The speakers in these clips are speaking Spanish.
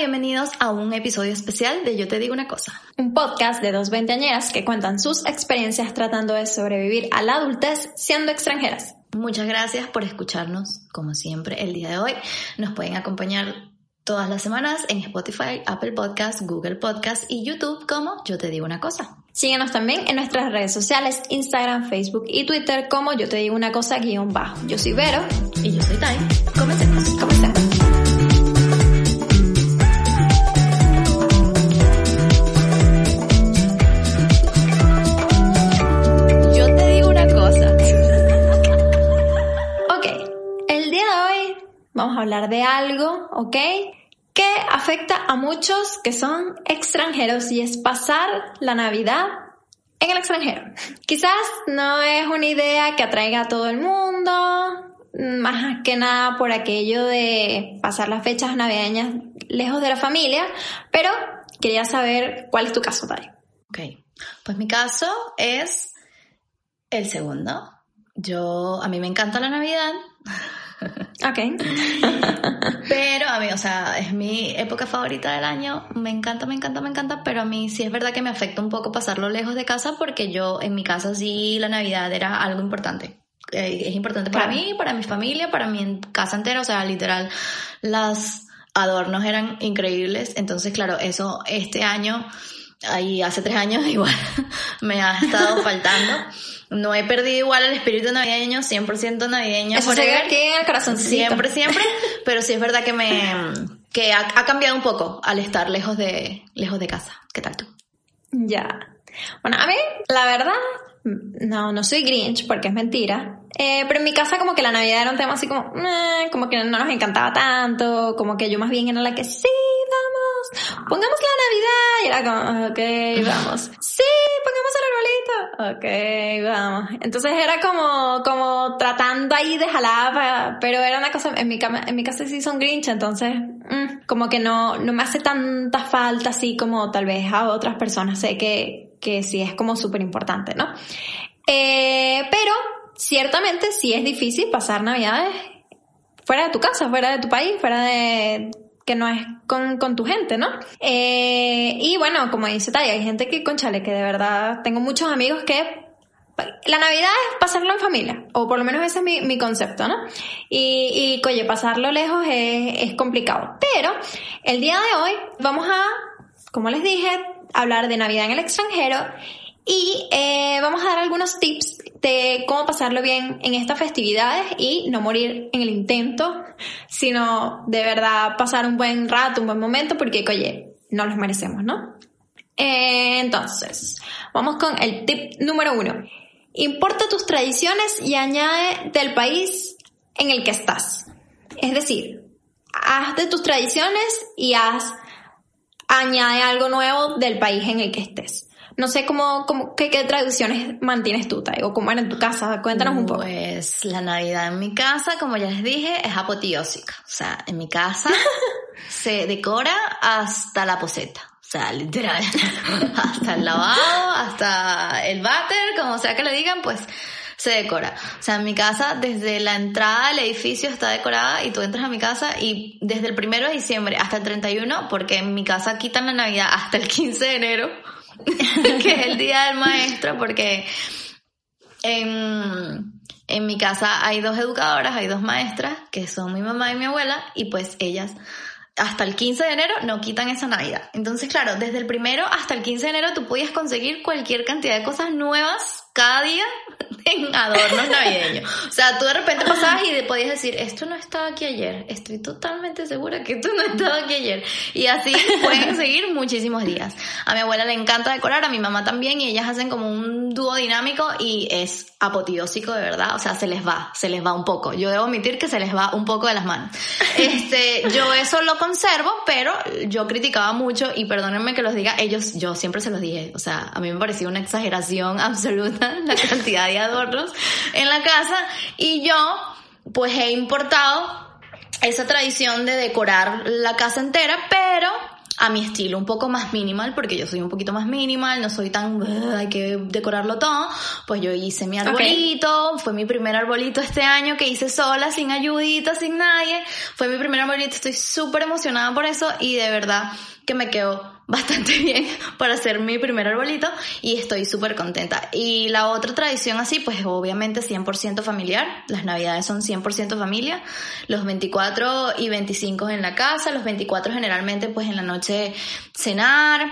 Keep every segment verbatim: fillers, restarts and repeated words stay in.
bienvenidos a un episodio especial de Yo Te Digo Una Cosa. Un podcast de dos veinteañeras que cuentan sus experiencias tratando de sobrevivir a la adultez siendo extranjeras. Muchas gracias por escucharnos, como siempre, el día de hoy. Nos pueden acompañar todas las semanas en Spotify, Apple Podcasts, Google Podcasts y YouTube como Yo Te Digo Una Cosa. Síguenos también en nuestras redes sociales, Instagram, Facebook y Twitter como Yo Te Digo Una Cosa guión bajo. Yo soy Vero. Y yo soy Tai. Comencemos. Comencemos. Vamos a hablar de algo, ¿ok? Que afecta a muchos que son extranjeros y es pasar la Navidad en el extranjero. Quizás no es una idea que atraiga a todo el mundo, más que nada por aquello de pasar las fechas navideñas lejos de la familia, pero quería saber cuál es tu caso, Tari. Ok, pues mi caso es el segundo. Yo, a mí me encanta la Navidad. Ok. Pero a mí, o sea, es mi época favorita del año. Me encanta, me encanta, me encanta. Pero a mí sí es verdad que me afecta un poco pasarlo lejos de casa, porque yo en mi casa sí la Navidad era algo importante. Eh, es importante para Claro. mí, para mi familia, para mi casa entera. O sea, literal, las adornos eran increíbles. Entonces, claro, eso este año, ahí hace tres años igual, me ha estado faltando. No he perdido igual el espíritu navideño, cien por ciento navideño. Eso se ve aquí en el corazoncito. Siempre, siempre. Pero sí es verdad que me que ha, ha cambiado un poco al estar lejos de lejos de casa. ¿Qué tal tú? Ya. Bueno, a mí, la verdad, no, no soy Grinch porque es mentira. Eh, pero en mi casa como que la Navidad era un tema así como, eh, como que no nos encantaba tanto, como que yo más bien era la que sí, vamos, pongamos la Navidad. Y era como, ok, vamos. Sí, pongamos el arbolito. Ok, vamos. Entonces era como, como tratando ahí de jalar, pero era una cosa, en mi, cama, en mi casa sí son Grinch, entonces mm, como que no, no me hace tanta falta así como tal vez a otras personas. Sé que, que sí es como súper importante, ¿no? Eh, pero ciertamente sí es difícil pasar Navidades fuera de tu casa, fuera de tu país, fuera de... que no es con, con tu gente, ¿no? Eh, y bueno, como dice Taya, hay gente que, conchale, que de verdad tengo muchos amigos que la Navidad es pasarlo en familia, o por lo menos ese es mi, mi concepto, ¿no? Y, y oye, pasarlo lejos es, es complicado. Pero el día de hoy vamos a, como les dije, hablar de Navidad en el extranjero y eh, vamos a dar algunos tips de cómo pasarlo bien en estas festividades y no morir en el intento, sino de verdad pasar un buen rato, un buen momento, porque, oye, no los merecemos, ¿no? Eh, entonces, vamos con el tip número uno. Importa tus tradiciones y añade del país en el que estás. Es decir, haz de tus tradiciones y haz, añade algo nuevo del país en el que estés. No sé cómo, cómo qué, qué tradiciones mantienes tú, Tai, o cómo era en tu casa. Cuéntanos un poco. Pues la Navidad en mi casa, como ya les dije, es apoteósica. O sea, en mi casa se decora hasta la poseta. O sea, literal. Hasta el lavado, hasta el váter, como sea que le digan, pues se decora. O sea, en mi casa, desde la entrada del edificio está decorada y tú entras a mi casa y desde el primero de diciembre hasta el treinta y uno, porque en mi casa quitan la Navidad hasta el quince de enero, que es el día del maestro, porque en, en mi casa hay dos educadoras, hay dos maestras, que son mi mamá y mi abuela, y pues ellas hasta el quince de enero no quitan esa Navidad. Entonces, claro, desde el primero hasta el quince de enero tú podías conseguir cualquier cantidad de cosas nuevas cada día en adornos navideños. O sea, tú de repente pasabas y podías decir, esto no estaba aquí ayer, estoy totalmente segura que esto no estaba aquí ayer. Y así pueden seguir muchísimos días. A mi abuela le encanta decorar, a mi mamá también, y ellas hacen como un dúo dinámico y es apoteósico de verdad. O sea, se les va, se les va un poco. Yo debo admitir que se les va un poco de las manos. Este, yo eso lo conservo, pero yo criticaba mucho, y perdónenme que los diga, ellos, yo siempre se los dije, o sea, a mí me parecía una exageración absoluta la cantidad de adornos en la casa, y yo pues he importado esa tradición de decorar la casa entera, pero a mi estilo, un poco más minimal, porque yo soy un poquito más minimal, no soy tan, uh, hay que decorarlo todo. Pues yo hice mi arbolito, okay. Fue mi primer arbolito este año que hice sola, sin ayudita, sin nadie. Fue mi primer arbolito, estoy súper emocionada por eso y de verdad que me quedó bastante bien para hacer mi primer arbolito y estoy súper contenta. Y la otra tradición así, pues obviamente cien por ciento familiar. Las navidades son cien por ciento familia. Los veinticuatro y veinticinco en la casa, los veinticuatro generalmente pues en la noche cenar,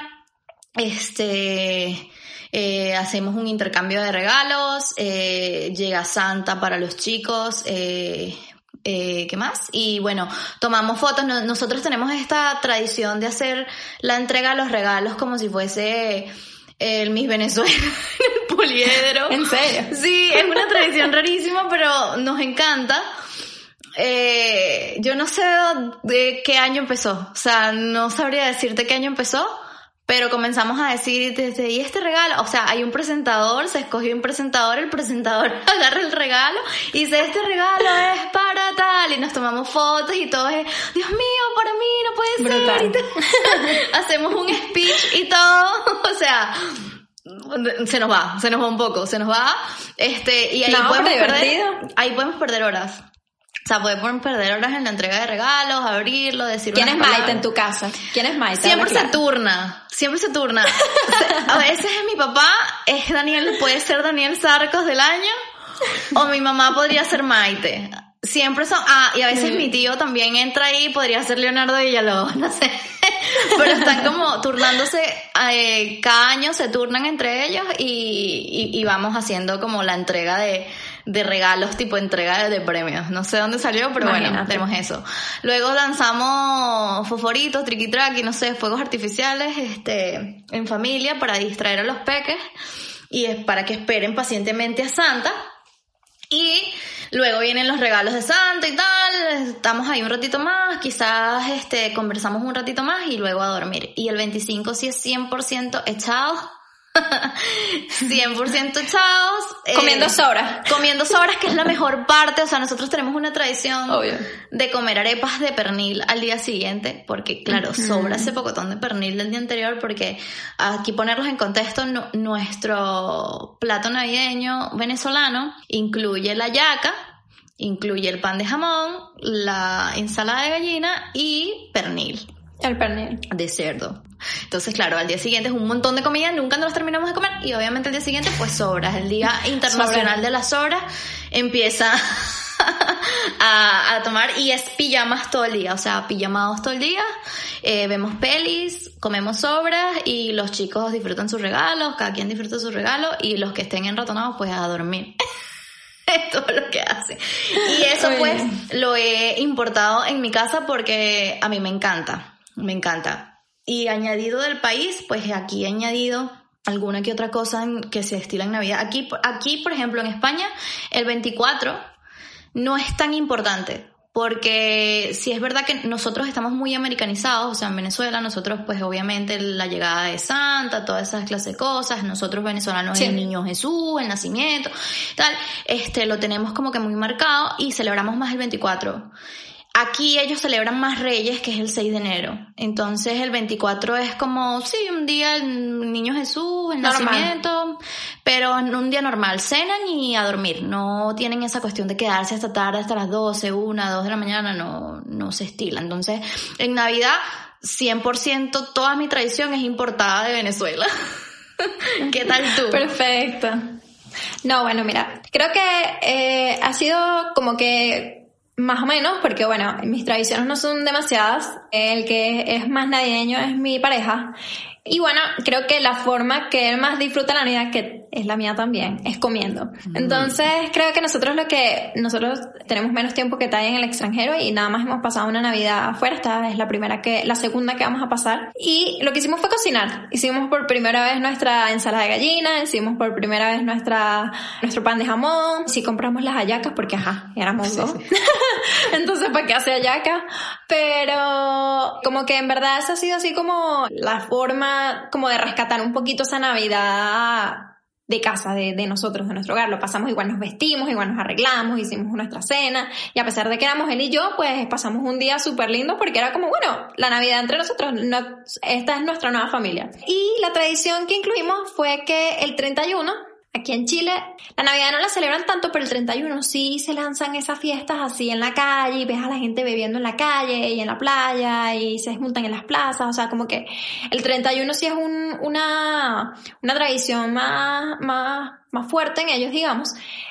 este... Eh, hacemos un intercambio de regalos, eh, llega Santa para los chicos, eh, Eh, ¿qué más? Y bueno, tomamos fotos. No, nosotros tenemos esta tradición de hacer la entrega de los regalos como si fuese el Miss Venezuela en el poliedro. ¿En serio? Sí, es una tradición rarísima, pero nos encanta. Eh, yo no sé de qué año empezó, o sea, no sabría decirte qué año empezó, pero comenzamos a decir desde y este regalo, o sea, hay un presentador, se escogió un presentador, el presentador agarra el regalo y dice este regalo es para tal y nos tomamos fotos y todo es Dios mío, para mí no puede Brutal. ser. Hacemos un speech y todo, o sea, se nos va, se nos va un poco, se nos va, este y ahí no, podemos divertido. perder, ahí podemos perder horas. O sea, podemos perder horas en la entrega de regalos, abrirlo, decir ¿Quién es unas Maite palabras. en tu casa? ¿Quién es Maite? Siempre Habla se claro. turna, siempre se turna. A veces es mi papá, es Daniel, puede ser Daniel Sarcos del año, o mi mamá podría ser Maite. Siempre son, ah, y a veces mm. mi tío también entra ahí, podría ser Leonardo Villalobos, no sé. Pero están como turnándose, eh, cada año se turnan entre ellos y, y, y vamos haciendo como la entrega de, de regalos, tipo entrega de, de premios. No sé dónde salió, pero Imagínate. Bueno, tenemos eso. Luego lanzamos fosforitos, triqui-traqui, no sé, fuegos artificiales, este, en familia para distraer a los peques y es para que esperen pacientemente a Santa. Y luego vienen los regalos de Santa y tal, estamos ahí un ratito más, quizás este conversamos un ratito más y luego a dormir. Y el veinticinco sí es cien por ciento echados, cien por ciento echados. Comiendo eh, sobras. Comiendo sobras, que es la mejor parte, o sea, nosotros tenemos una tradición Obvio. de comer arepas de pernil al día siguiente, porque claro, uh-huh. sobra ese pocotón de pernil del día anterior, porque aquí ponerlos en contexto, no, nuestro plato navideño venezolano incluye la yaca, incluye el pan de jamón, la ensalada de gallina y pernil. El pernil. De cerdo. Entonces, claro, al día siguiente es un montón de comida, nunca nos las terminamos de comer y obviamente al día siguiente pues sobras. El Día Internacional Sobra. de las Sobras empieza a, a tomar y es pijamas todo el día, o sea, pijamados todo el día, eh, vemos pelis, comemos sobras y los chicos disfrutan sus regalos, cada quien disfruta su regalo y los que estén enratonados pues a dormir. Es todo lo que hace. Y eso pues lo he importado en mi casa porque a mí me encanta, me encanta. Y añadido del país, pues aquí he añadido alguna que otra cosa en, que se estila en Navidad. Aquí, aquí, por ejemplo, en España, el veinticuatro no es tan importante. Porque sí es verdad que nosotros estamos muy americanizados, o sea, en Venezuela nosotros pues obviamente la llegada de Santa, todas esas clases de cosas, nosotros venezolanos sí. el niño Jesús, el nacimiento, tal, este lo tenemos como que muy marcado y celebramos más el veinticuatro. Aquí ellos celebran más Reyes, que es el seis de enero. Entonces el veinticuatro es como, sí, un día el niño Jesús, el normal. Nacimiento, pero en un día normal. Cenan y a dormir. No tienen esa cuestión de quedarse hasta tarde, hasta las doce, una, dos de la mañana, no, no se estila. Entonces, en Navidad, cien por ciento toda mi tradición es importada de Venezuela. ¿Qué tal tú? Perfecto. No, bueno, mira, creo que eh, ha sido como que más o menos, porque bueno, mis tradiciones no son demasiadas. El que es más navideño es mi pareja. Y bueno, creo que la forma que él más disfruta la Navidad, que es la mía también, es comiendo. Entonces creo que nosotros lo que, nosotros tenemos menos tiempo que Taya en el extranjero y nada más hemos pasado una Navidad afuera. Esta es la primera que, la segunda que vamos a pasar. Y lo que hicimos fue cocinar. Hicimos por primera vez nuestra ensalada de gallina, hicimos por primera vez nuestra, nuestro pan de jamón. Sí compramos las hallacas porque ajá, éramos sí, dos. Sí. Entonces, ¿para qué hace hallaca? Pero como que en verdad esa ha sido así como la forma como de rescatar un poquito esa Navidad de casa, de, de nosotros, de nuestro hogar. Lo pasamos igual, nos vestimos, igual nos arreglamos, hicimos nuestra cena, y a pesar de que éramos él y yo, pues pasamos un día súper lindo porque era como, bueno, la Navidad entre nosotros, no, esta es nuestra nueva familia. Y la tradición que incluimos fue que el treinta y uno, aquí en Chile, la Navidad no la celebran tanto, pero el treinta y uno sí se lanzan esas fiestas así en la calle, y ves a la gente bebiendo en la calle y en la playa, y se juntan en las plazas. O sea, como que el treinta y uno sí es un, una, una tradición más, más, más fuerte en ellos, digamos.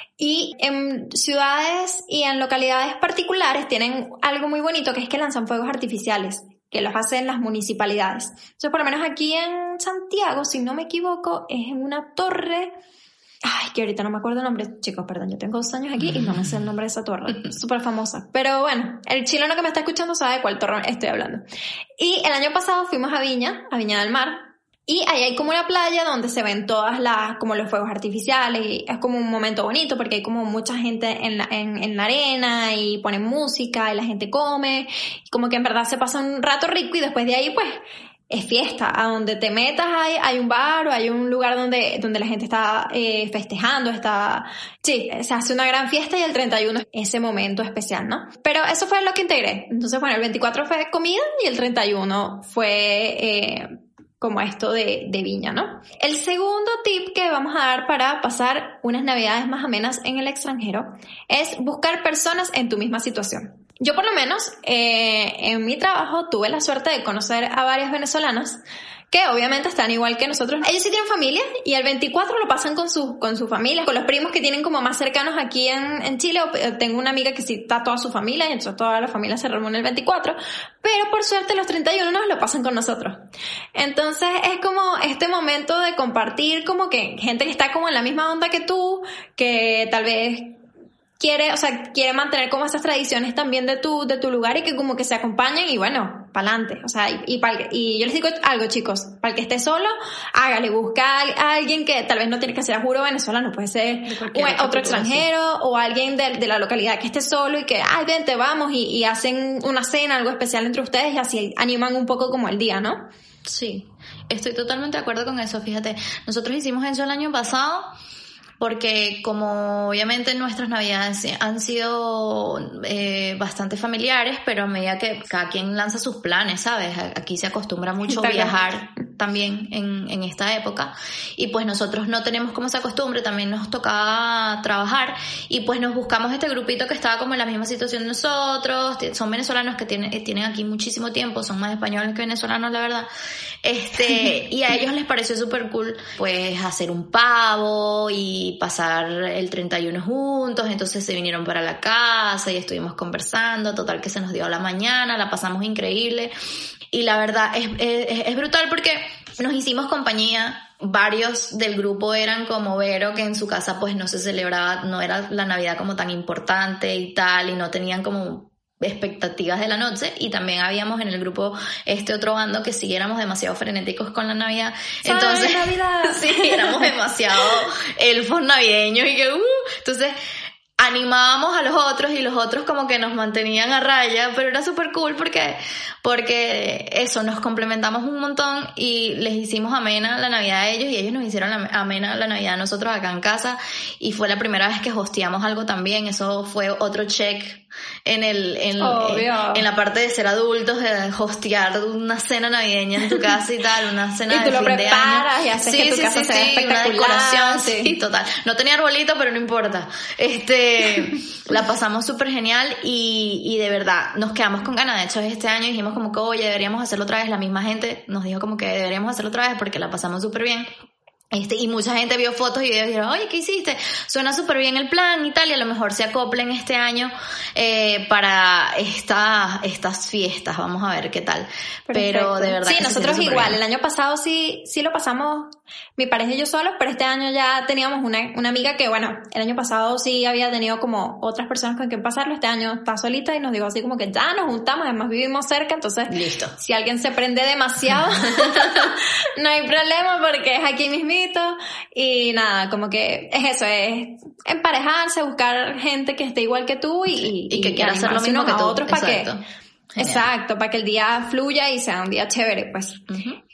Y en ciudades y en localidades particulares tienen algo muy bonito, que es que lanzan fuegos artificiales, que los hacen las municipalidades. Entonces, por lo menos aquí en Santiago, si no me equivoco, es en una torre... Ay, que ahorita no me acuerdo el nombre. Chicos, perdón, yo tengo dos años aquí y no me sé el nombre de esa torre. Súper famosa. Pero bueno, el chileno que me está escuchando sabe de cuál torre estoy hablando. Y el año pasado fuimos a Viña, a Viña del Mar. Y ahí hay como una playa donde se ven todas las, como los fuegos artificiales. Y es como un momento bonito porque hay como mucha gente en la, en, en la arena y ponen música y la gente come. Y como que en verdad se pasa un rato rico, y después de ahí pues... es fiesta. A donde te metas hay, hay un bar o hay un lugar donde, donde la gente está eh, festejando, está... Sí, se hace una gran fiesta, y el treinta y uno es ese momento especial, ¿no? Pero eso fue lo que integré. Entonces, bueno, el veinticuatro fue comida y el treinta y uno fue eh, como esto de, de Viña, ¿no? El segundo tip que vamos a dar para pasar unas navidades más amenas en el extranjero es buscar personas en tu misma situación. Yo por lo menos eh, en mi trabajo tuve la suerte de conocer a varios venezolanos que obviamente están igual que nosotros. Ellos sí tienen familia, y el veinticuatro lo pasan con su, con su familia, con los primos que tienen como más cercanos aquí en, en Chile. Tengo una amiga que sí está toda su familia, y entonces toda la familia se reúne el veinticuatro, pero por suerte los treinta y uno nos lo pasan con nosotros. Entonces es como este momento de compartir, como que gente que está como en la misma onda que tú, que tal vez... quiere, o sea, quiere mantener como esas tradiciones también de tu, de tu lugar, y que como que se acompañen, y bueno, pa'lante. O sea, y, y, pa, y yo les digo algo, chicos, para el que esté solo, hágale, busca a alguien que tal vez no tiene que ser a juro venezolano, puede ser un, otro extranjero, o alguien de, de la localidad que esté solo y que, ay, vente, vamos, y, y hacen una cena, algo especial entre ustedes, y así animan un poco como el día, ¿no? Sí, estoy totalmente de acuerdo con eso. Fíjate, nosotros hicimos eso el año pasado, porque como obviamente nuestras navidades han sido eh, bastante familiares, pero a medida que cada quien lanza sus planes, ¿sabes? Aquí se acostumbra mucho viajar también en, en esta época, y pues nosotros no tenemos como esa costumbre, también nos tocaba trabajar, y pues nos buscamos este grupito que estaba como en la misma situación de nosotros. Son venezolanos que tienen, tienen aquí muchísimo tiempo, son más españoles que venezolanos, la verdad. Este, y a ellos les pareció súper cool pues hacer un pavo y pasar el treinta y uno juntos. Entonces se vinieron para la casa y estuvimos conversando. Total que se nos dio la mañana, la pasamos increíble, y la verdad es, es, es brutal porque nos hicimos compañía. Varios del grupo eran como Vero, que en su casa pues no se celebraba, no era la Navidad como tan importante y tal, y no tenían como expectativas de la noche. Y también habíamos en el grupo este otro bando que sí éramos demasiado frenéticos con la Navidad. Entonces, Navidad. Sí, éramos demasiado elfos navideños, y que uh, entonces animábamos a los otros, y los otros como que nos mantenían a raya, pero era súper cool porque, porque eso, nos complementamos un montón, y les hicimos amena la Navidad a ellos, y ellos nos hicieron la, amena la Navidad a nosotros acá en casa, y fue la primera vez que hosteamos algo también. Eso fue otro check en el en, en, en la parte de ser adultos, de hostear una cena navideña en tu casa y tal, una cena y de tú fin lo de preparas año. Y haces sí, que tu sí, casa sí, sea sí, espectacular. Una decoración, sí. sí, total. No tenía arbolito, pero no importa. Este, la pasamos súper genial, y, y de verdad nos quedamos con ganas. De hecho, este año dijimos como que, oye, deberíamos hacerlo otra vez. La misma gente nos dijo como que deberíamos hacerlo otra vez porque la pasamos súper bien. Este, y mucha gente vio fotos y videos y dijeron, oye, ¿qué hiciste? Suena súper bien el plan y tal, y a lo mejor se acoplen este año eh, para esta, estas fiestas. Vamos a ver qué tal. Perfecto. Pero de verdad sí, que nosotros igual, bien. El año pasado sí, sí lo pasamos mi pareja y yo solos, pero este año ya teníamos una, una amiga que, bueno, el año pasado sí había tenido como otras personas con quien pasarlo. Este año está solita y nos dijo así como que ya nos juntamos, además vivimos cerca, entonces listo. Si alguien se prende demasiado no hay problema porque es aquí mismito. Y nada, como que es eso, es emparejarse, buscar gente que esté igual que tú y, y, y que y quiera hacer lo mismo que tú. Otros para que, Genial. Exacto, para que el día fluya y sea un día chévere, pues. Uh-huh.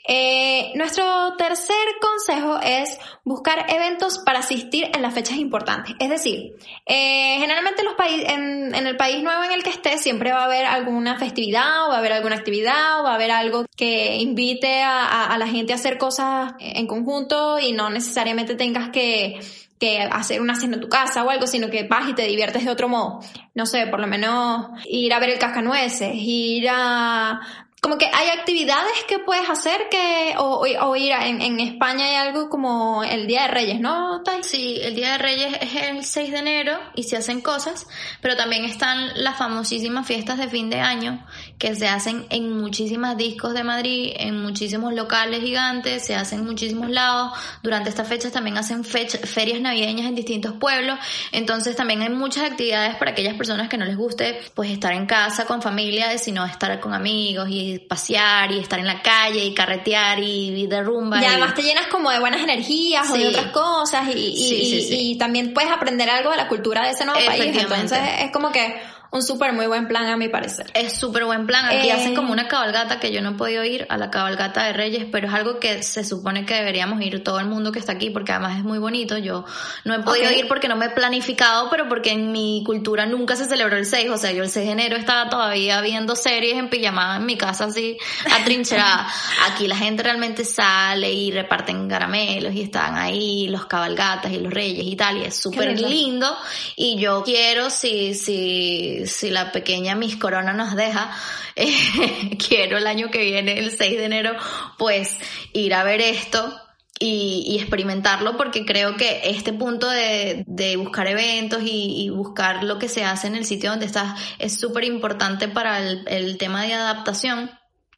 Eh, nuestro tercer consejo es buscar eventos para asistir en las fechas importantes. Es decir, eh, generalmente los paí- en, en el país nuevo en el que estés siempre va a haber alguna festividad o va a haber alguna actividad o va a haber algo que invite a, a, a la gente a hacer cosas en conjunto y no necesariamente tengas que que hacer una cena en tu casa o algo, sino que vas y te diviertes de otro modo. No sé, por lo menos ir a ver el cascanueces, ir a... Como que hay actividades que puedes hacer que... O, o ir a... En, en España hay algo como el Día de Reyes, ¿no, Tai? Sí, el Día de Reyes es el seis de enero y se hacen cosas, pero también están las famosísimas fiestas de fin de año que se hacen en muchísimas discos de Madrid, en muchísimos locales gigantes, se hacen en muchísimos lados. Durante estas fechas también hacen fecha, ferias navideñas en distintos pueblos, entonces también hay muchas actividades para aquellas personas que no les guste pues estar en casa con familia, sino estar con amigos y pasear y estar en la calle y carretear y, y de rumba. Y y además te llenas como de buenas energías sí. o de otras cosas y, y, sí, sí, y, sí. y también puedes aprender algo de la cultura de ese nuevo país. Entonces es como que un súper muy buen plan a mi parecer. Es súper buen plan. Aquí eh... hacen como una cabalgata que yo no he podido ir a la cabalgata de Reyes, pero es algo que se supone que deberíamos ir todo el mundo que está aquí porque además es muy bonito. Yo no he podido okay. ir porque no me he planificado, pero porque en mi cultura nunca se celebró el seis. O sea, yo el seis de enero estaba todavía viendo series en pijamada en mi casa así atrincherada. Aquí la gente realmente sale y reparten caramelos y están ahí los cabalgatas y los reyes y tal, y es súper lindo. Y yo quiero, si, si si la pequeña Miss Corona nos deja, eh, quiero el año que viene, el seis de enero, pues ir a ver esto y, y experimentarlo, porque creo que este punto de, de buscar eventos y, y buscar lo que se hace en el sitio donde estás es súper importante para el, el tema de adaptación.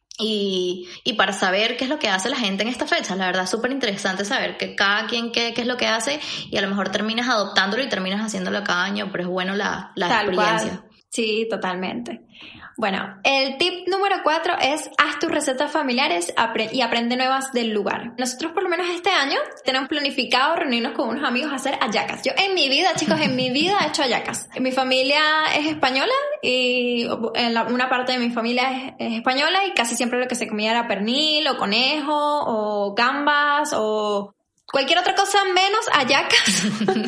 Y, y para saber qué es lo que hace la gente en esta fecha. La verdad es súper interesante saber que cada quien qué, qué es lo que hace y a lo mejor terminas adoptándolo y terminas haciéndolo cada año, pero es bueno la, la Tal experiencia. Cual. Sí, totalmente. Bueno, el tip número cuatro es haz tus recetas familiares y aprende nuevas del lugar. Nosotros por lo menos este año tenemos planificado reunirnos con unos amigos a hacer hallacas. Yo en mi vida, chicos, en mi vida he hecho hallacas. Mi familia es española y en la, una parte de mi familia es, es española y casi siempre lo que se comía era pernil o conejo o gambas o... cualquier otra cosa menos hallacas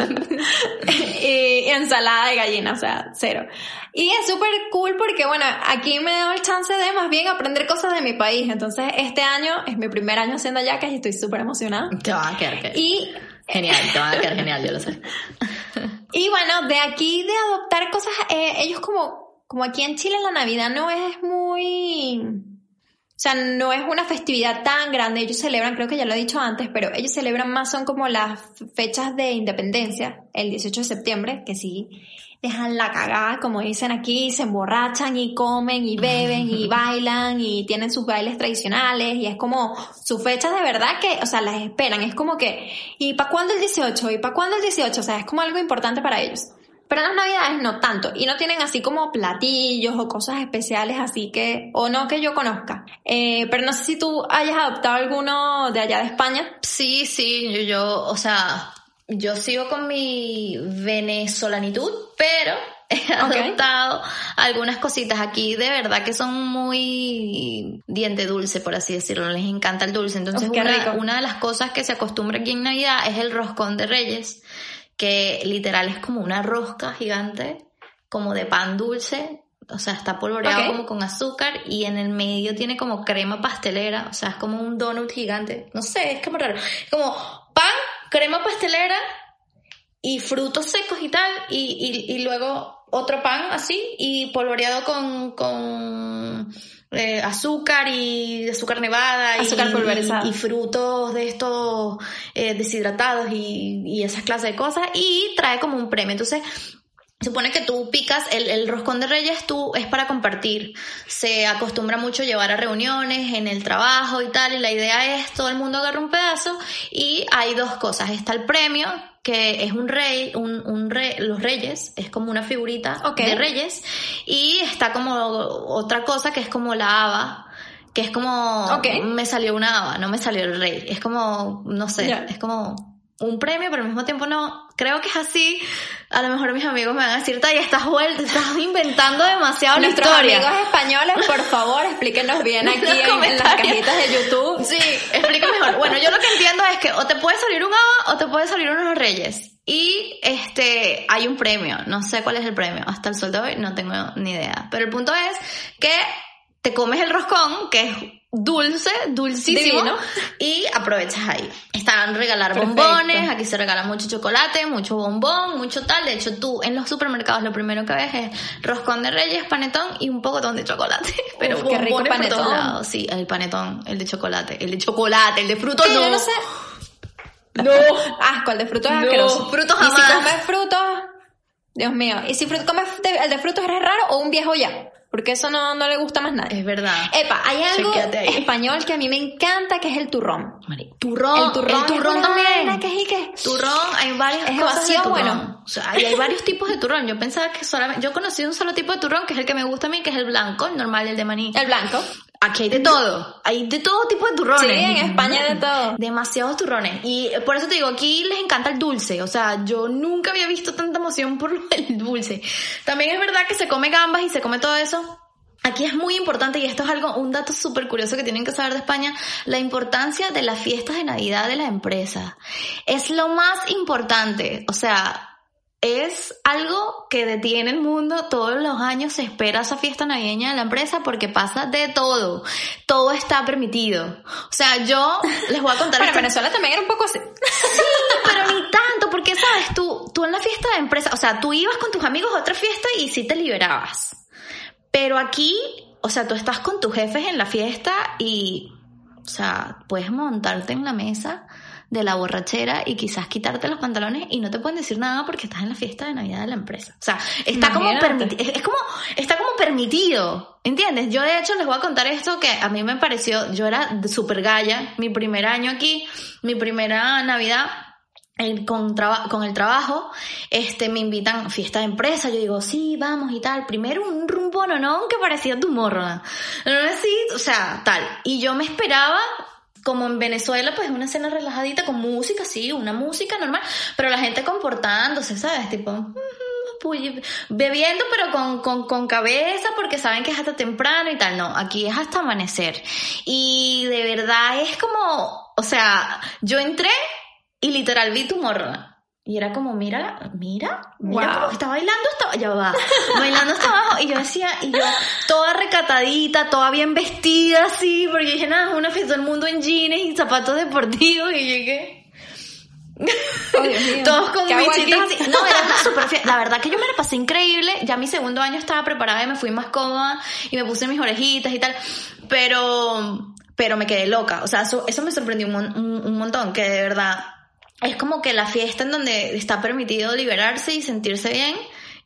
y ensalada de gallina, o sea, cero. Y es súper cool porque, bueno, aquí me he dado el chance de más bien aprender cosas de mi país. Entonces, este año es mi primer año haciendo hallacas y estoy súper emocionada. Te va a quedar que... Y... genial, te va a quedar genial, yo lo sé. Y bueno, de aquí de adoptar cosas, eh, ellos como, como aquí en Chile la Navidad no es muy... O sea, no es una festividad tan grande. Ellos celebran, creo que ya lo he dicho antes, pero ellos celebran más, son como las fechas de independencia, el dieciocho de septiembre, que sí, dejan la cagada, como dicen aquí, se emborrachan y comen y beben y bailan y tienen sus bailes tradicionales y es como sus fechas de verdad que, o sea, las esperan. Es como que, ¿y para cuándo el dieciocho? ¿Y para cuándo el dieciocho? O sea, es como algo importante para ellos. Pero en las navidades no tanto, y no tienen así como platillos o cosas especiales así que, o no que yo conozca. Eh, pero no sé si tú hayas adoptado alguno de allá de España. Sí, sí, yo, yo, o sea, yo sigo con mi venezolanitud, pero he adoptado okay. algunas cositas aquí de verdad que son muy diente dulce, por así decirlo, les encanta el dulce. Entonces oh, una, una de las cosas que se acostumbra aquí en Navidad es el roscón de Reyes, que literal es como una rosca gigante, como de pan dulce, o sea, está polvoreado okay. como con azúcar y en el medio tiene como crema pastelera, o sea, es como un donut gigante, no sé, es como raro, es como pan, crema pastelera y frutos secos y tal, y, y, y luego otro pan así y polvoreado con... con Eh, azúcar y azúcar nevada azúcar y, pulverizado y, y frutos de estos eh, deshidratados y, y esas clases de cosas y trae como un premio. Entonces supone que tú picas el, el roscón de Reyes, tú es para compartir. Se acostumbra mucho llevar a reuniones en el trabajo y tal, y la idea es todo el mundo agarra un pedazo y hay dos cosas. Está el premio, que es un rey, un, un rey, los reyes, es como una figurita okay. de reyes, y está como otra cosa que es como la haba, que es como, okay. me salió una haba, no me salió el rey, es como, no sé, yeah. es como un premio, pero al mismo tiempo no. Creo que es así. A lo mejor mis amigos me van a decir, Taya, estás vuelta, estás inventando demasiado la Nuestros historia. amigos españoles, por favor, explíquenos bien aquí en, en las cajitas de YouTube. Sí, explica mejor. Bueno, yo lo que entiendo es que o te puede salir un haba o te puede salir unos reyes. Y este hay un premio. No sé cuál es el premio. Hasta el sol de hoy no tengo ni idea. Pero el punto es que te comes el roscón, que es dulce, dulcísimo, divino, y aprovechas ahí. Están regalar Perfecto. bombones, aquí se regala mucho chocolate, mucho bombón, mucho tal. De hecho, tú en los supermercados lo primero que ves es roscón de reyes, panetón y un pocotón de chocolate. Pero Uf, qué rico panetón. Por todos lados. Sí, el panetón, el de chocolate, el de chocolate, el de frutos no. Yo no sé. No. Asco, el de frutos es no. asqueroso. Frutos jamás. Y si comes frutos, Dios mío. Y si fruto, comes de, el de frutos es raro o un viejo ya. Porque eso no, no le gusta más nadie. Es verdad. Epa, hay algo español que a mí me encanta, que es el turrón. Turrón. El turrón, el turrón también. ¿Qué es, qué? Turrón, hay varias es cosas de turrón. Bueno. O sea, hay, hay varios tipos de turrón. Yo pensaba que solamente... Yo conocí un solo tipo de turrón, que es el que me gusta a mí, que es el blanco, el normal, el de maní. El blanco. Aquí hay de todo. Hay de todo tipo de turrones. Sí, en España hay de todo. Demasiados turrones. Y por eso te digo, aquí les encanta el dulce. O sea, yo nunca había visto tanta emoción por el dulce. También es verdad que se come gambas y se come todo eso. Aquí es muy importante, y esto es algo, un dato súper curioso que tienen que saber de España, la importancia de las fiestas de Navidad de la empresa. Es lo más importante. O sea, es algo que detiene el mundo. Todos los años se espera esa fiesta navideña de la empresa porque pasa de todo. Todo está permitido. O sea, yo les voy a contar... Bueno, en Venezuela también era un poco así. Sí, pero ni tanto, porque, ¿sabes? Tú, tú en la fiesta de empresa, o sea, tú ibas con tus amigos a otra fiesta y sí te liberabas. Pero aquí, o sea, tú estás con tus jefes en la fiesta y, o sea, puedes montarte en la mesa de la borrachera y quizás quitarte los pantalones y no te pueden decir nada porque estás en la fiesta de Navidad de la empresa. O sea, está como permitido, es como, está como permitido, ¿entiendes? Yo de hecho les voy a contar esto que a mí me pareció, yo era súper galla, mi primer año aquí, mi primera Navidad, El, con, traba, con el trabajo, este, me invitan a fiesta de empresa, yo digo, sí, vamos y tal, primero un rumbo no, no, que parecía Tomorrowland, no, no, sí, o sea, tal, y yo me esperaba, como en Venezuela, pues una cena relajadita con música, sí, una música normal, pero la gente comportándose, ¿sabes? Tipo, bebiendo, pero con, con, con cabeza, porque saben que es hasta temprano y tal. No, aquí es hasta amanecer, y de verdad es como, o sea, yo entré y literal vi Tomorrowland. Y era como, mira, mira, mira, wow. Cómo está bailando hasta, ya va, bailando hasta abajo. Y yo decía, y yo, toda recatadita, toda bien vestida así, porque dije, nada, es una fiesta del mundo en jeans y zapatos deportivos. Y llegué. Oh, Dios mío. Todos con bichitos así. No, era una super fiesta. La verdad que yo me la pasé increíble. Ya mi segundo año estaba preparada y me fui más cómoda y me puse mis orejitas y tal. Pero, pero me quedé loca. O sea, eso, eso me sorprendió un, un, un montón, que de verdad... Es como que la fiesta en donde está permitido liberarse y sentirse bien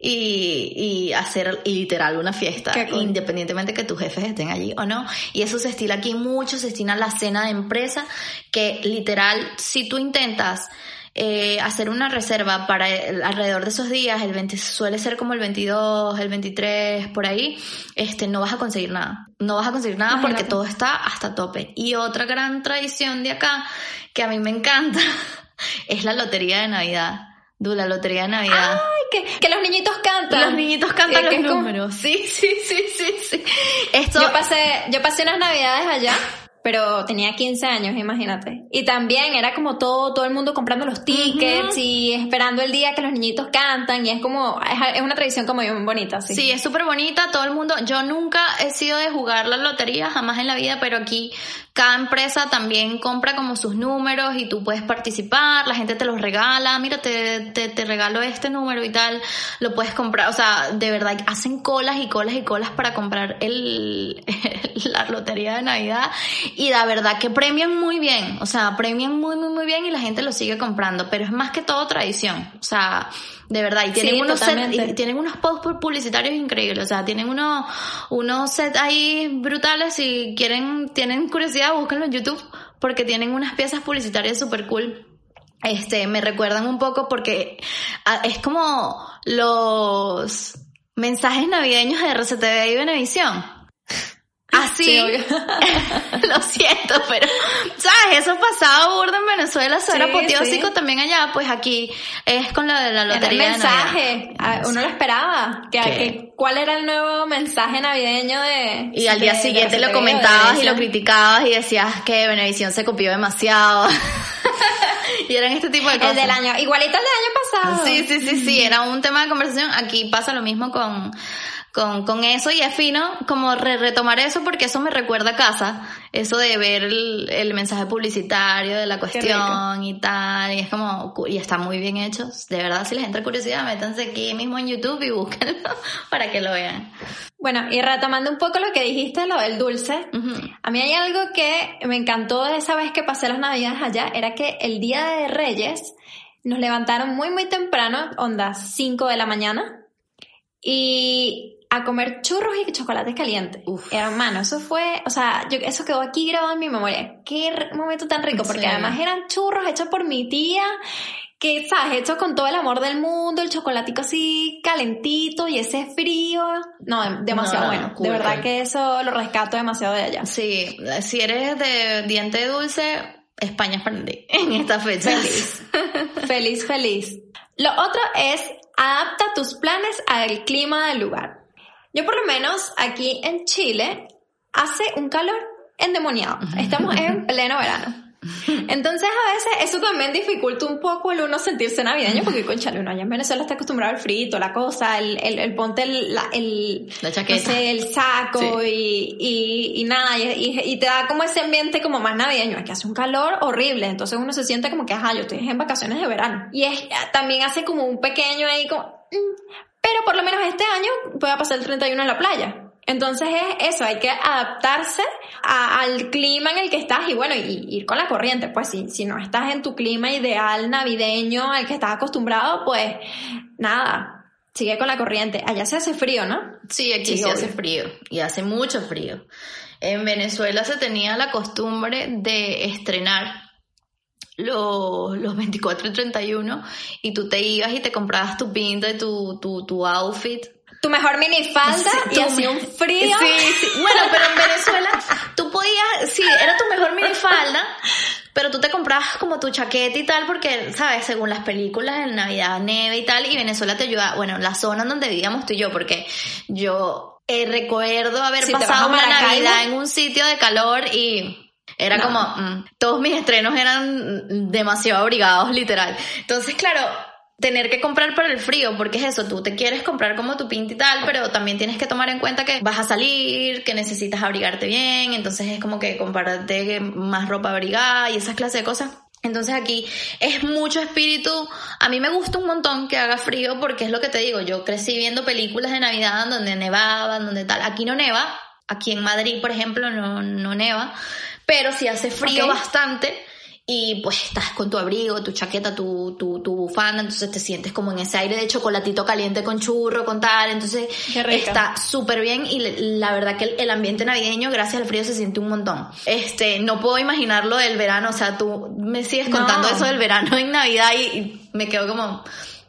y, y hacer literal una fiesta, cool. Independientemente que tus jefes estén allí o no. Y eso se estila aquí mucho, se estila la cena de empresa, que literal, si tú intentas eh, hacer una reserva para el, alrededor de esos días, el veinte, suele ser como el veintidós, el veintitrés, por ahí, este, no vas a conseguir nada. No vas a conseguir nada Imagínate. Porque todo está hasta tope. Y otra gran tradición de acá, que a mí me encanta... es la lotería de Navidad. Du, la lotería de Navidad. Ay, que, que los niñitos cantan. Los niñitos cantan sí, los números. Como... Sí, sí, sí, sí, sí. Esto... Yo pasé, yo pasé unas Navidades allá, pero tenía quince años, imagínate. Y también era como todo, todo el mundo comprando los tickets uh-huh. y esperando el día que los niñitos cantan. Y es como, es, es una tradición como bien bonita, sí. Sí, es súper bonita, todo el mundo. Yo nunca he sido de jugar la lotería, jamás en la vida, pero aquí cada empresa también compra como sus números y tú puedes participar, la gente te los regala, mira, te, te, te regalo este número y tal, lo puedes comprar, o sea, de verdad, hacen colas y colas y colas para comprar el, el la lotería de Navidad, y la verdad que premian muy bien, o sea, premian muy, muy, muy bien y la gente lo sigue comprando, pero es más que todo tradición, o sea... De verdad, y tienen, sí, unos set, y tienen unos posts publicitarios increíbles, o sea, tienen unos, unos sets ahí brutales. Si quieren, tienen curiosidad, búsquenlo en YouTube, porque tienen unas piezas publicitarias super cool. Este, me recuerdan un poco porque es como los mensajes navideños de R C T V y Venevisión. Así así. Sí, obvio. Lo siento, pero, ¿sabes? Eso pasaba burda en Venezuela, eso Sí, era apoteósico sí. también allá, pues aquí es con la de la Era el lotería de mensaje, Navidad. a- uno lo esperaba, que, ¿Qué? que cuál era el nuevo mensaje navideño de... Y al día de- de siguiente lo Receta Video, de comentabas y lo Venevisión. criticabas y decías que Venevisión se copió demasiado. Y eran este tipo de cosas. El del año, igualito el del año pasado. Sí, sí, sí, sí, era un tema de conversación. Aquí pasa lo mismo con, con, con eso y es fino como re retomar eso porque eso me recuerda a casa. Eso de ver el, el mensaje publicitario de la cuestión y tal. Y es como, y está muy bien hecho. De verdad, si les entra curiosidad, métanse aquí mismo en YouTube y búsquenlo para que lo vean. Bueno, y retomando un poco lo que dijiste, lo del dulce, Uh-huh. a mí hay algo que me encantó de esa vez que pasé las navidades allá, era que el día de Reyes nos levantaron muy muy temprano, onda cinco de la mañana, y a comer churros y chocolates calientes. Uf. Hermano, eso fue, o sea, yo, eso quedó aquí grabado en mi memoria. Qué r- momento tan rico, porque Sí. además eran churros hechos por mi tía, que, ¿sabes? Hechos con todo el amor del mundo, el chocolatico así calentito y ese frío. No, dem- demasiado No, bueno. cool, de verdad cool. que eso lo rescato demasiado de allá. Sí, si eres de diente dulce, España es para ti en esta fecha. Feliz. Feliz, feliz. Lo otro es adapta tus planes al clima del lugar. Yo por lo menos aquí en Chile hace un calor endemoniado. Estamos en pleno verano. Entonces a veces eso también dificulta un poco el uno sentirse navideño porque conchale, uno allá en Venezuela está acostumbrado al frito, la cosa, el, el, el ponte el, la, el, La chaqueta. no sé, el saco Sí. y, y, y nada, y, y, y te da como ese ambiente como más navideño, aquí hace un calor horrible, entonces uno se siente como que, ajá, yo estoy en vacaciones de verano. Y es también hace como un pequeño ahí como, mm, pero por lo menos este año voy a pasar el treinta y uno en la playa. Entonces es eso, hay que adaptarse a, al clima en el que estás y bueno, y ir con la corriente. Pues si, si no estás en tu clima ideal navideño al que estás acostumbrado, pues nada, sigue con la corriente. Allá se hace frío, ¿no? Sí, aquí Sí, sí obvio. hace frío y hace mucho frío. En Venezuela se tenía la costumbre de estrenar los, los veinticuatro y treinta y uno y tú te ibas y te comprabas tu pinta y tu, tu, tu outfit. Tu mejor minifalda Sí, y tú- hacía un frío. Sí, sí. Bueno, pero en Venezuela tú podías, sí, era tu mejor minifalda, pero tú te comprabas como tu chaqueta y tal porque, ¿sabes? Según las películas en Navidad, nieve y tal, y Venezuela te ayuda, bueno, la zona en donde vivíamos tú y yo, porque yo eh, recuerdo haber Si te vas pasado a una Maracaibo. Navidad en un sitio de calor y era No. como, mm, todos mis estrenos eran demasiado abrigados, literal. Entonces, claro, tener que comprar para el frío, porque es eso, tú te quieres comprar como tu pinta y tal, pero también tienes que tomar en cuenta que vas a salir, que necesitas abrigarte bien, entonces es como que comprarte más ropa abrigada y esas clases de cosas. Entonces aquí es mucho espíritu. A mí me gusta un montón que haga frío porque es lo que te digo, yo crecí viendo películas de Navidad donde nevaban, donde tal. Aquí no neva, aquí en Madrid, por ejemplo, no, no neva, pero sí hace frío Ok. bastante. Y pues estás con tu abrigo, tu chaqueta, tu, tu, tu bufanda, entonces te sientes como en ese aire de chocolatito caliente con churro, con tal, entonces Qué rico. está súper bien y le- la verdad que el, el ambiente navideño gracias al frío se siente un montón. Este, no puedo imaginarlo del verano, o sea, tú me sigues No. contando eso del verano en Navidad y, y me quedo como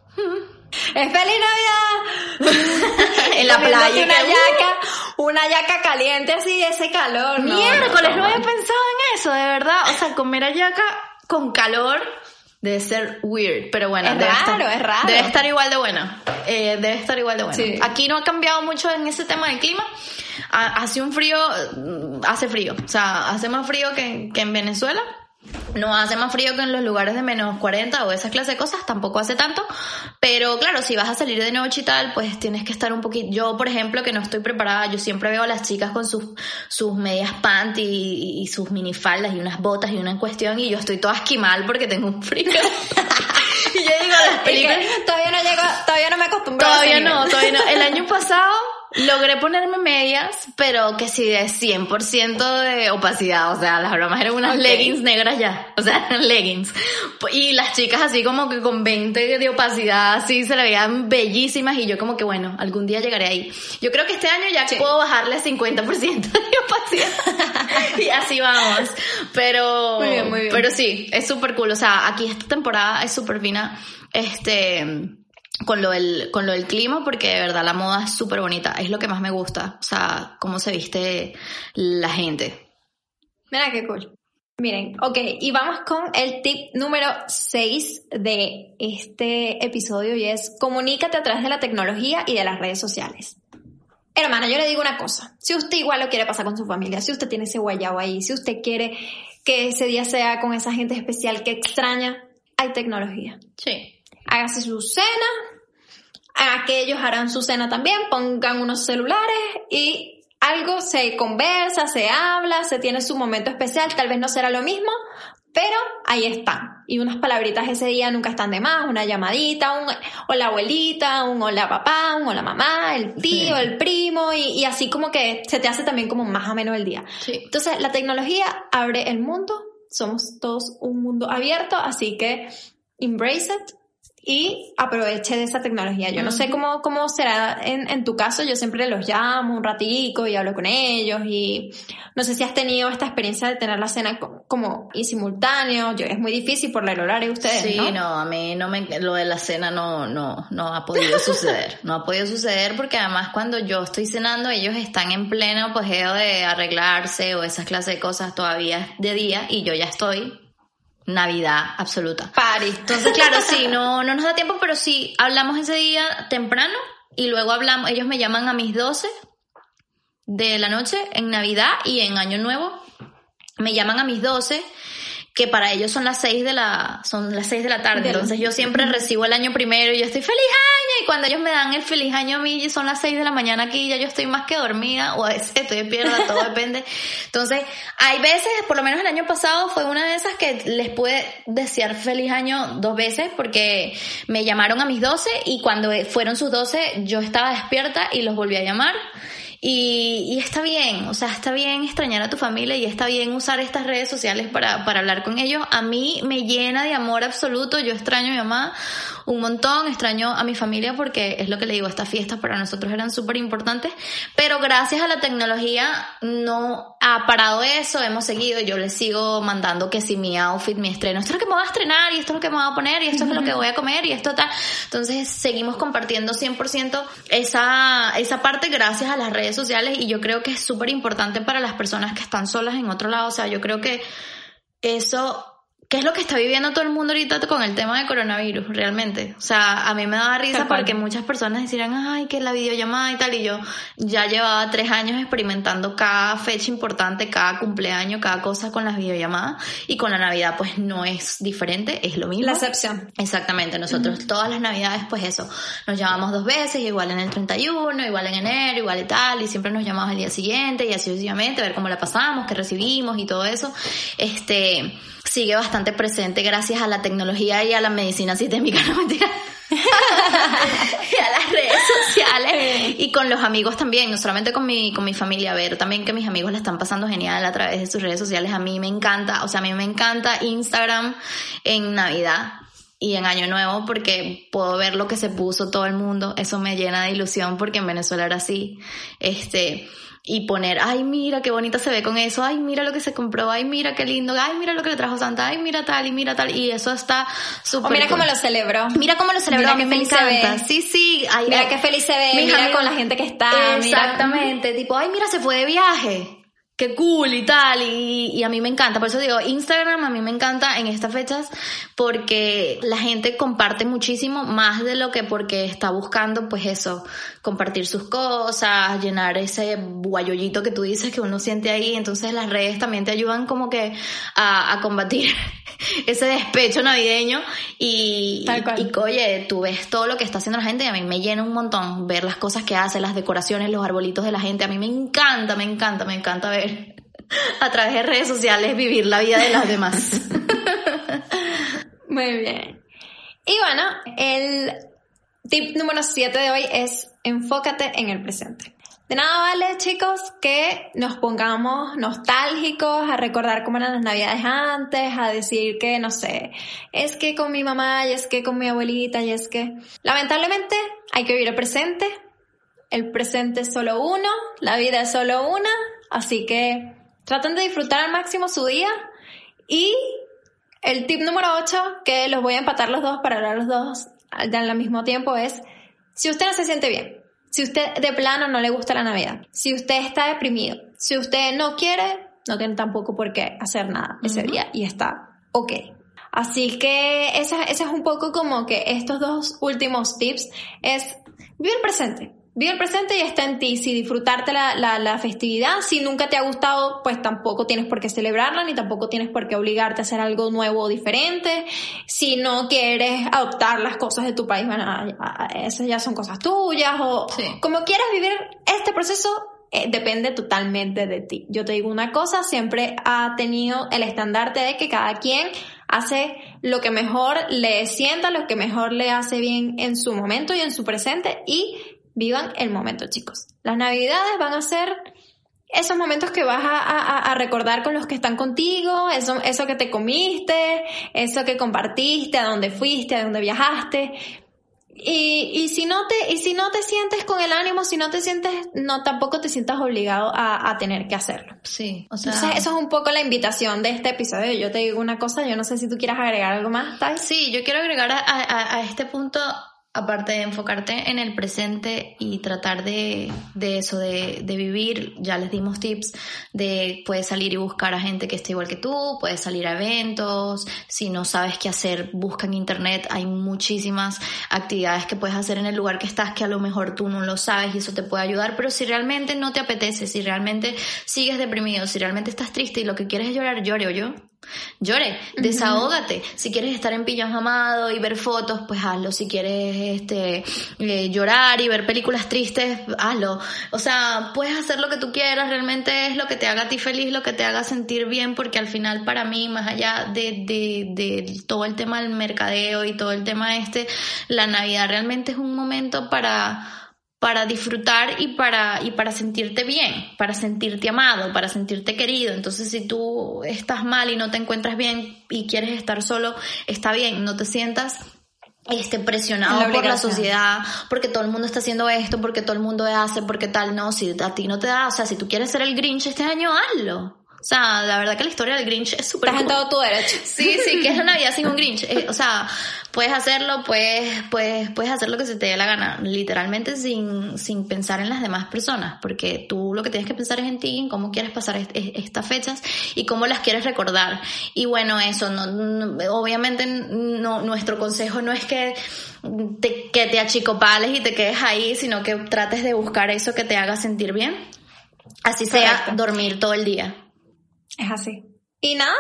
¡Es feliz Navidad! en la Poniéndote playa. y Una que, ¡uh! yaca, una yaca caliente así de ese calor. No, Miércoles, no, no, había no. pensado en eso, de verdad. O sea, comer hallaca con calor debe ser weird, pero bueno. Es debe raro, estar, es raro. Debe estar igual de buena. Eh, debe estar igual de buena. Sí. Aquí no ha cambiado mucho en ese tema del clima. Ha- hace un frío, mm, hace frío. O sea, hace más frío que, que en Venezuela. No hace más frío que en los lugares de menos cuarenta o esas clases de cosas, tampoco hace tanto, pero claro, si vas a salir de noche y tal, pues tienes que estar un poquito. Yo, por ejemplo, que no estoy preparada, yo siempre veo a las chicas con sus, sus medias panty y, y sus minifaldas y unas botas y una en cuestión y yo estoy toda esquimal porque tengo un frío. Y yo digo, las Es películas... que todavía no llego, todavía no me acostumbro a Todavía ese no, nivel. todavía no. El año pasado logré ponerme medias, pero que sí de cien por ciento de opacidad. O sea, las bromas eran unas Ok. leggings negras ya. O sea, eran leggings. Y las chicas así como que con veinte de opacidad, así se le veían bellísimas. Y yo como que bueno, algún día llegaré ahí. Yo creo que este año ya Sí. puedo bajarle a cincuenta por ciento de opacidad. Y así vamos. Pero, Muy bien, muy bien. pero sí, es súper cool. O sea, aquí esta temporada es súper fina. Este... con lo del, con lo del clima, porque de verdad la moda es súper bonita, es lo que más me gusta, o sea, cómo se viste la gente. Mira qué cool. Miren, ok, y vamos con el tip número seis de este episodio y es: comunícate a través de la tecnología y de las redes sociales. Hermana, yo le digo una cosa, si usted igual lo quiere pasar con su familia, si usted tiene ese guayabo ahí, si usted quiere que ese día sea con esa gente especial que extraña, hay tecnología. Sí. Hágase su cena, aquellos harán su cena también, pongan unos celulares y algo se conversa, se habla, se tiene su momento especial, tal vez no será lo mismo, pero ahí están. Y unas palabritas ese día nunca están de más, una llamadita, un hola abuelita, un hola papá, un hola mamá, el tío, sí. el primo, y, y así como que se te hace también como más ameno el día. Sí. Entonces, la tecnología abre el mundo, somos todos un mundo abierto, así que embrace it. Y aproveche de esa tecnología. Yo no sé cómo, cómo será en, en tu caso. Yo siempre los llamo un ratico y hablo con ellos. Y no sé si has tenido esta experiencia de tener la cena como, como y simultáneo. Yo, es muy difícil por el horario de ustedes, sí, ¿no? Sí, no, a mí no me, lo de la cena no, no, no ha podido suceder. No ha podido suceder porque además cuando yo estoy cenando, ellos están en pleno apogeo de arreglarse o esas clases de cosas todavía de día y yo ya estoy... Navidad absoluta. Party. Entonces, claro, sí, no, no nos da tiempo, pero sí, hablamos ese día temprano y luego hablamos, ellos me llaman a mis doce de la noche en Navidad y en Año Nuevo me llaman a mis doce, que para ellos son las seis de la, son las seis de la tarde. Entonces yo siempre recibo el año primero y yo estoy feliz año, y cuando ellos me dan el feliz año a mí son las seis de la mañana aquí y ya yo estoy más que dormida o a veces estoy despierta, todo depende. Entonces hay veces, por lo menos el año pasado fue una de esas que les pude desear feliz año dos veces porque me llamaron a mis doce y cuando fueron sus doce yo estaba despierta y los volví a llamar. Y, y está bien, o sea, está bien extrañar a tu familia y está bien usar estas redes sociales para, para hablar con ellos. A mí me llena de amor absoluto, yo extraño a mi mamá un montón, extraño a mi familia porque es lo que le digo, estas fiestas para nosotros eran súper importantes, pero gracias a la tecnología no ha parado eso, hemos seguido, yo les sigo mandando que si mi outfit, mi estreno, esto es lo que me voy a estrenar y esto es lo que me voy a poner y esto es lo que voy a comer y esto tal. Entonces seguimos compartiendo cien por ciento esa, esa parte gracias a las redes sociales y yo creo que es súper importante para las personas que están solas en otro lado. O sea, yo creo que eso, ¿qué es lo que está viviendo todo el mundo ahorita con el tema de coronavirus realmente? O sea, a mí me daba risa porque muchas personas decían, ay, que la videollamada y tal, y yo ya llevaba tres años experimentando cada fecha importante, cada cumpleaños, cada cosa con las videollamadas, y con la Navidad pues no es diferente, es lo mismo. La excepción. Exactamente, nosotros uh-huh. todas las Navidades pues eso, nos llamamos dos veces, igual en el treinta y uno, igual en enero, igual y tal, y siempre nos llamamos al día siguiente y así sucesivamente, a ver cómo la pasamos, qué recibimos y todo eso. Este... sigue bastante presente gracias a la tecnología y a la medicina sistémica, no mentira. Y a las redes sociales y con los amigos también, no solamente con mi, con mi familia, ver también que mis amigos la están pasando genial a través de sus redes sociales. A mí me encanta, o sea, a mí me encanta Instagram en Navidad y en Año Nuevo porque puedo ver lo que se puso todo el mundo, eso me llena de ilusión porque en Venezuela era así, este... y poner, ay, mira qué bonita se ve con eso, ay, mira lo que se compró, ay, mira qué lindo, ay, mira lo que le trajo Santa, ay, mira tal y mira tal, y eso está súper o mira cool. Cómo lo celebró. Mira cómo lo celebró, mira a mí me encanta. Sí, sí. Ay, mira ay, qué feliz se ve, mira amigos, con la gente que está. Exactamente, mira. Tipo, ay, mira, se fue de viaje. Qué cool y tal, y, y a mí me encanta, por eso digo, Instagram a mí me encanta en estas fechas porque la gente comparte muchísimo más de lo que porque está buscando, pues eso, compartir sus cosas, llenar ese guayollito que tú dices que uno siente ahí, entonces las redes también te ayudan como que a, a combatir ese despecho navideño y, y, y oye, tú ves todo lo que está haciendo la gente y a mí me llena un montón ver las cosas que hace, las decoraciones, los arbolitos de la gente, a mí me encanta, me encanta, me encanta ver a través de redes sociales vivir la vida de los demás. Muy bien. Y bueno, el tip número siete de hoy es enfócate en el presente. De nada vale, chicos, que nos pongamos nostálgicos a recordar cómo eran las navidades antes, a decir que, no sé, es que con mi mamá, y es que con mi abuelita, y es que... Lamentablemente hay que vivir el presente. El presente es solo uno, la vida es solo una, así que traten de disfrutar al máximo su día. Y el tip número ocho, que los voy a empatar los dos para hablar los dos al mismo tiempo es, si usted no se siente bien, si usted de plano no le gusta la Navidad, si usted está deprimido, si usted no quiere, no tiene tampoco por qué hacer nada ese uh-huh. día y está ok. Así que ese, ese es un poco como que estos dos últimos tips es vive el presente. Vive el presente y está en ti. Si disfrutarte la, la, la festividad, si nunca te ha gustado, pues tampoco tienes por qué celebrarla, ni tampoco tienes por qué obligarte a hacer algo nuevo o diferente. Si no quieres adoptar las cosas de tu país, bueno, esas ya son cosas tuyas, o sí. como quieras vivir este proceso, eh, depende totalmente de ti. Yo te digo una cosa, siempre ha tenido el estandarte de que cada quien hace lo que mejor le sienta, lo que mejor le hace bien en su momento y en su presente, y vivan el momento, chicos. Las Navidades van a ser esos momentos que vas a, a, a recordar con los que están contigo, eso, eso que te comiste, eso que compartiste, a dónde fuiste, a dónde viajaste. Y, y si no te, y si no te sientes con el ánimo, si no te sientes, no, tampoco te sientas obligado a, a tener que hacerlo. Sí, o sea. Entonces, eso es un poco la invitación de este episodio. Yo te digo una cosa, yo no sé si tú quieras agregar algo más, Tai. Sí, yo quiero agregar a, a, a este punto, aparte de enfocarte en el presente y tratar de, de eso, de, de vivir, ya les dimos tips de puedes salir y buscar a gente que esté igual que tú, puedes salir a eventos, si no sabes qué hacer, busca en internet, hay muchísimas actividades que puedes hacer en el lugar que estás que a lo mejor tú no lo sabes y eso te puede ayudar, pero si realmente no te apetece, si realmente sigues deprimido, si realmente estás triste y lo que quieres es llorar, llore o yo. Llore, desahógate. Uh-huh. Si quieres estar en pijamado y ver fotos, pues hazlo. Si quieres este eh, llorar y ver películas tristes, hazlo. O sea, puedes hacer lo que tú quieras. Realmente es lo que te haga a ti feliz, lo que te haga sentir bien, porque al final para mí, más allá de, de, de todo el tema del mercadeo y todo el tema este, la Navidad realmente es un momento para para disfrutar y para y para sentirte bien, para sentirte amado, para sentirte querido. Entonces, si tú estás mal y no te encuentras bien y quieres estar solo, está bien, no te sientas este presionado por la sociedad, porque todo el mundo está haciendo esto, porque todo el mundo hace, porque tal, no, si a ti no te da, o sea, si tú quieres ser el Grinch este año, hazlo. O sea, la verdad que la historia del Grinch es súper Estás cool. En todo tu derecho. Sí, sí, que es la Navidad sin un Grinch. Eh, o sea, puedes hacerlo, puedes, puedes, puedes hacer lo que se te dé la gana, literalmente sin, sin pensar en las demás personas, porque tú lo que tienes que pensar es en ti, en cómo quieres pasar est- estas fechas y cómo las quieres recordar. Y bueno, eso, no, no obviamente no, nuestro consejo no es que te, que te achicopales y te quedes ahí, sino que trates de buscar eso que te haga sentir bien. Así sea, correcto. Dormir todo el día. Es así. Y nada,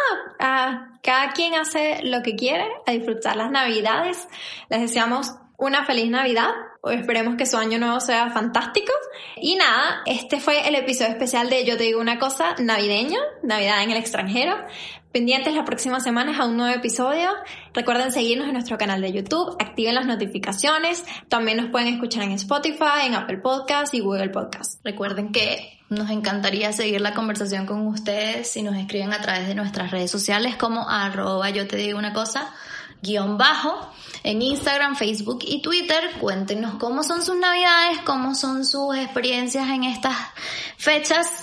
uh, cada quien hace lo que quiere, a disfrutar las Navidades. Les deseamos una feliz Navidad. Esperemos que su año nuevo sea fantástico. Y nada, este fue el episodio especial de Yo Te Digo Una Cosa navideño, Navidad en el extranjero. Pendientes las próximas semanas a un nuevo episodio. Recuerden seguirnos en nuestro canal de YouTube, activen las notificaciones. También nos pueden escuchar en Spotify, en Apple Podcasts y Google Podcasts. Recuerden que nos encantaría seguir la conversación con ustedes si nos escriben a través de nuestras redes sociales como arroba yo te digo una cosa guión bajo en Instagram, Facebook y Twitter. Cuéntenos cómo son sus Navidades, cómo son sus experiencias en estas fechas,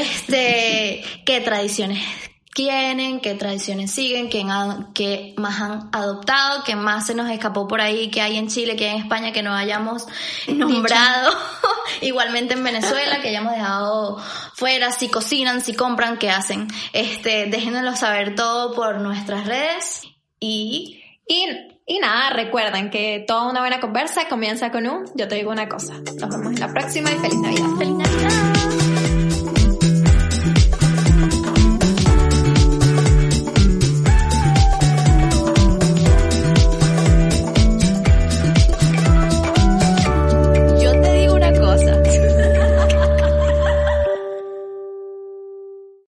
este, qué tradiciones quieren, qué tradiciones siguen, qué, qué más han adoptado, qué más se nos escapó por ahí, qué hay en Chile, qué hay en España que no hayamos nombrado, igualmente en Venezuela, que hayamos dejado fuera, si cocinan, si compran, qué hacen. Este, déjenoslo saber todo por nuestras redes y... y Y nada, recuerden que toda una buena conversa comienza con un Yo Te Digo Una Cosa. Nos vemos en la próxima y feliz Navidad. ¡Feliz Navidad!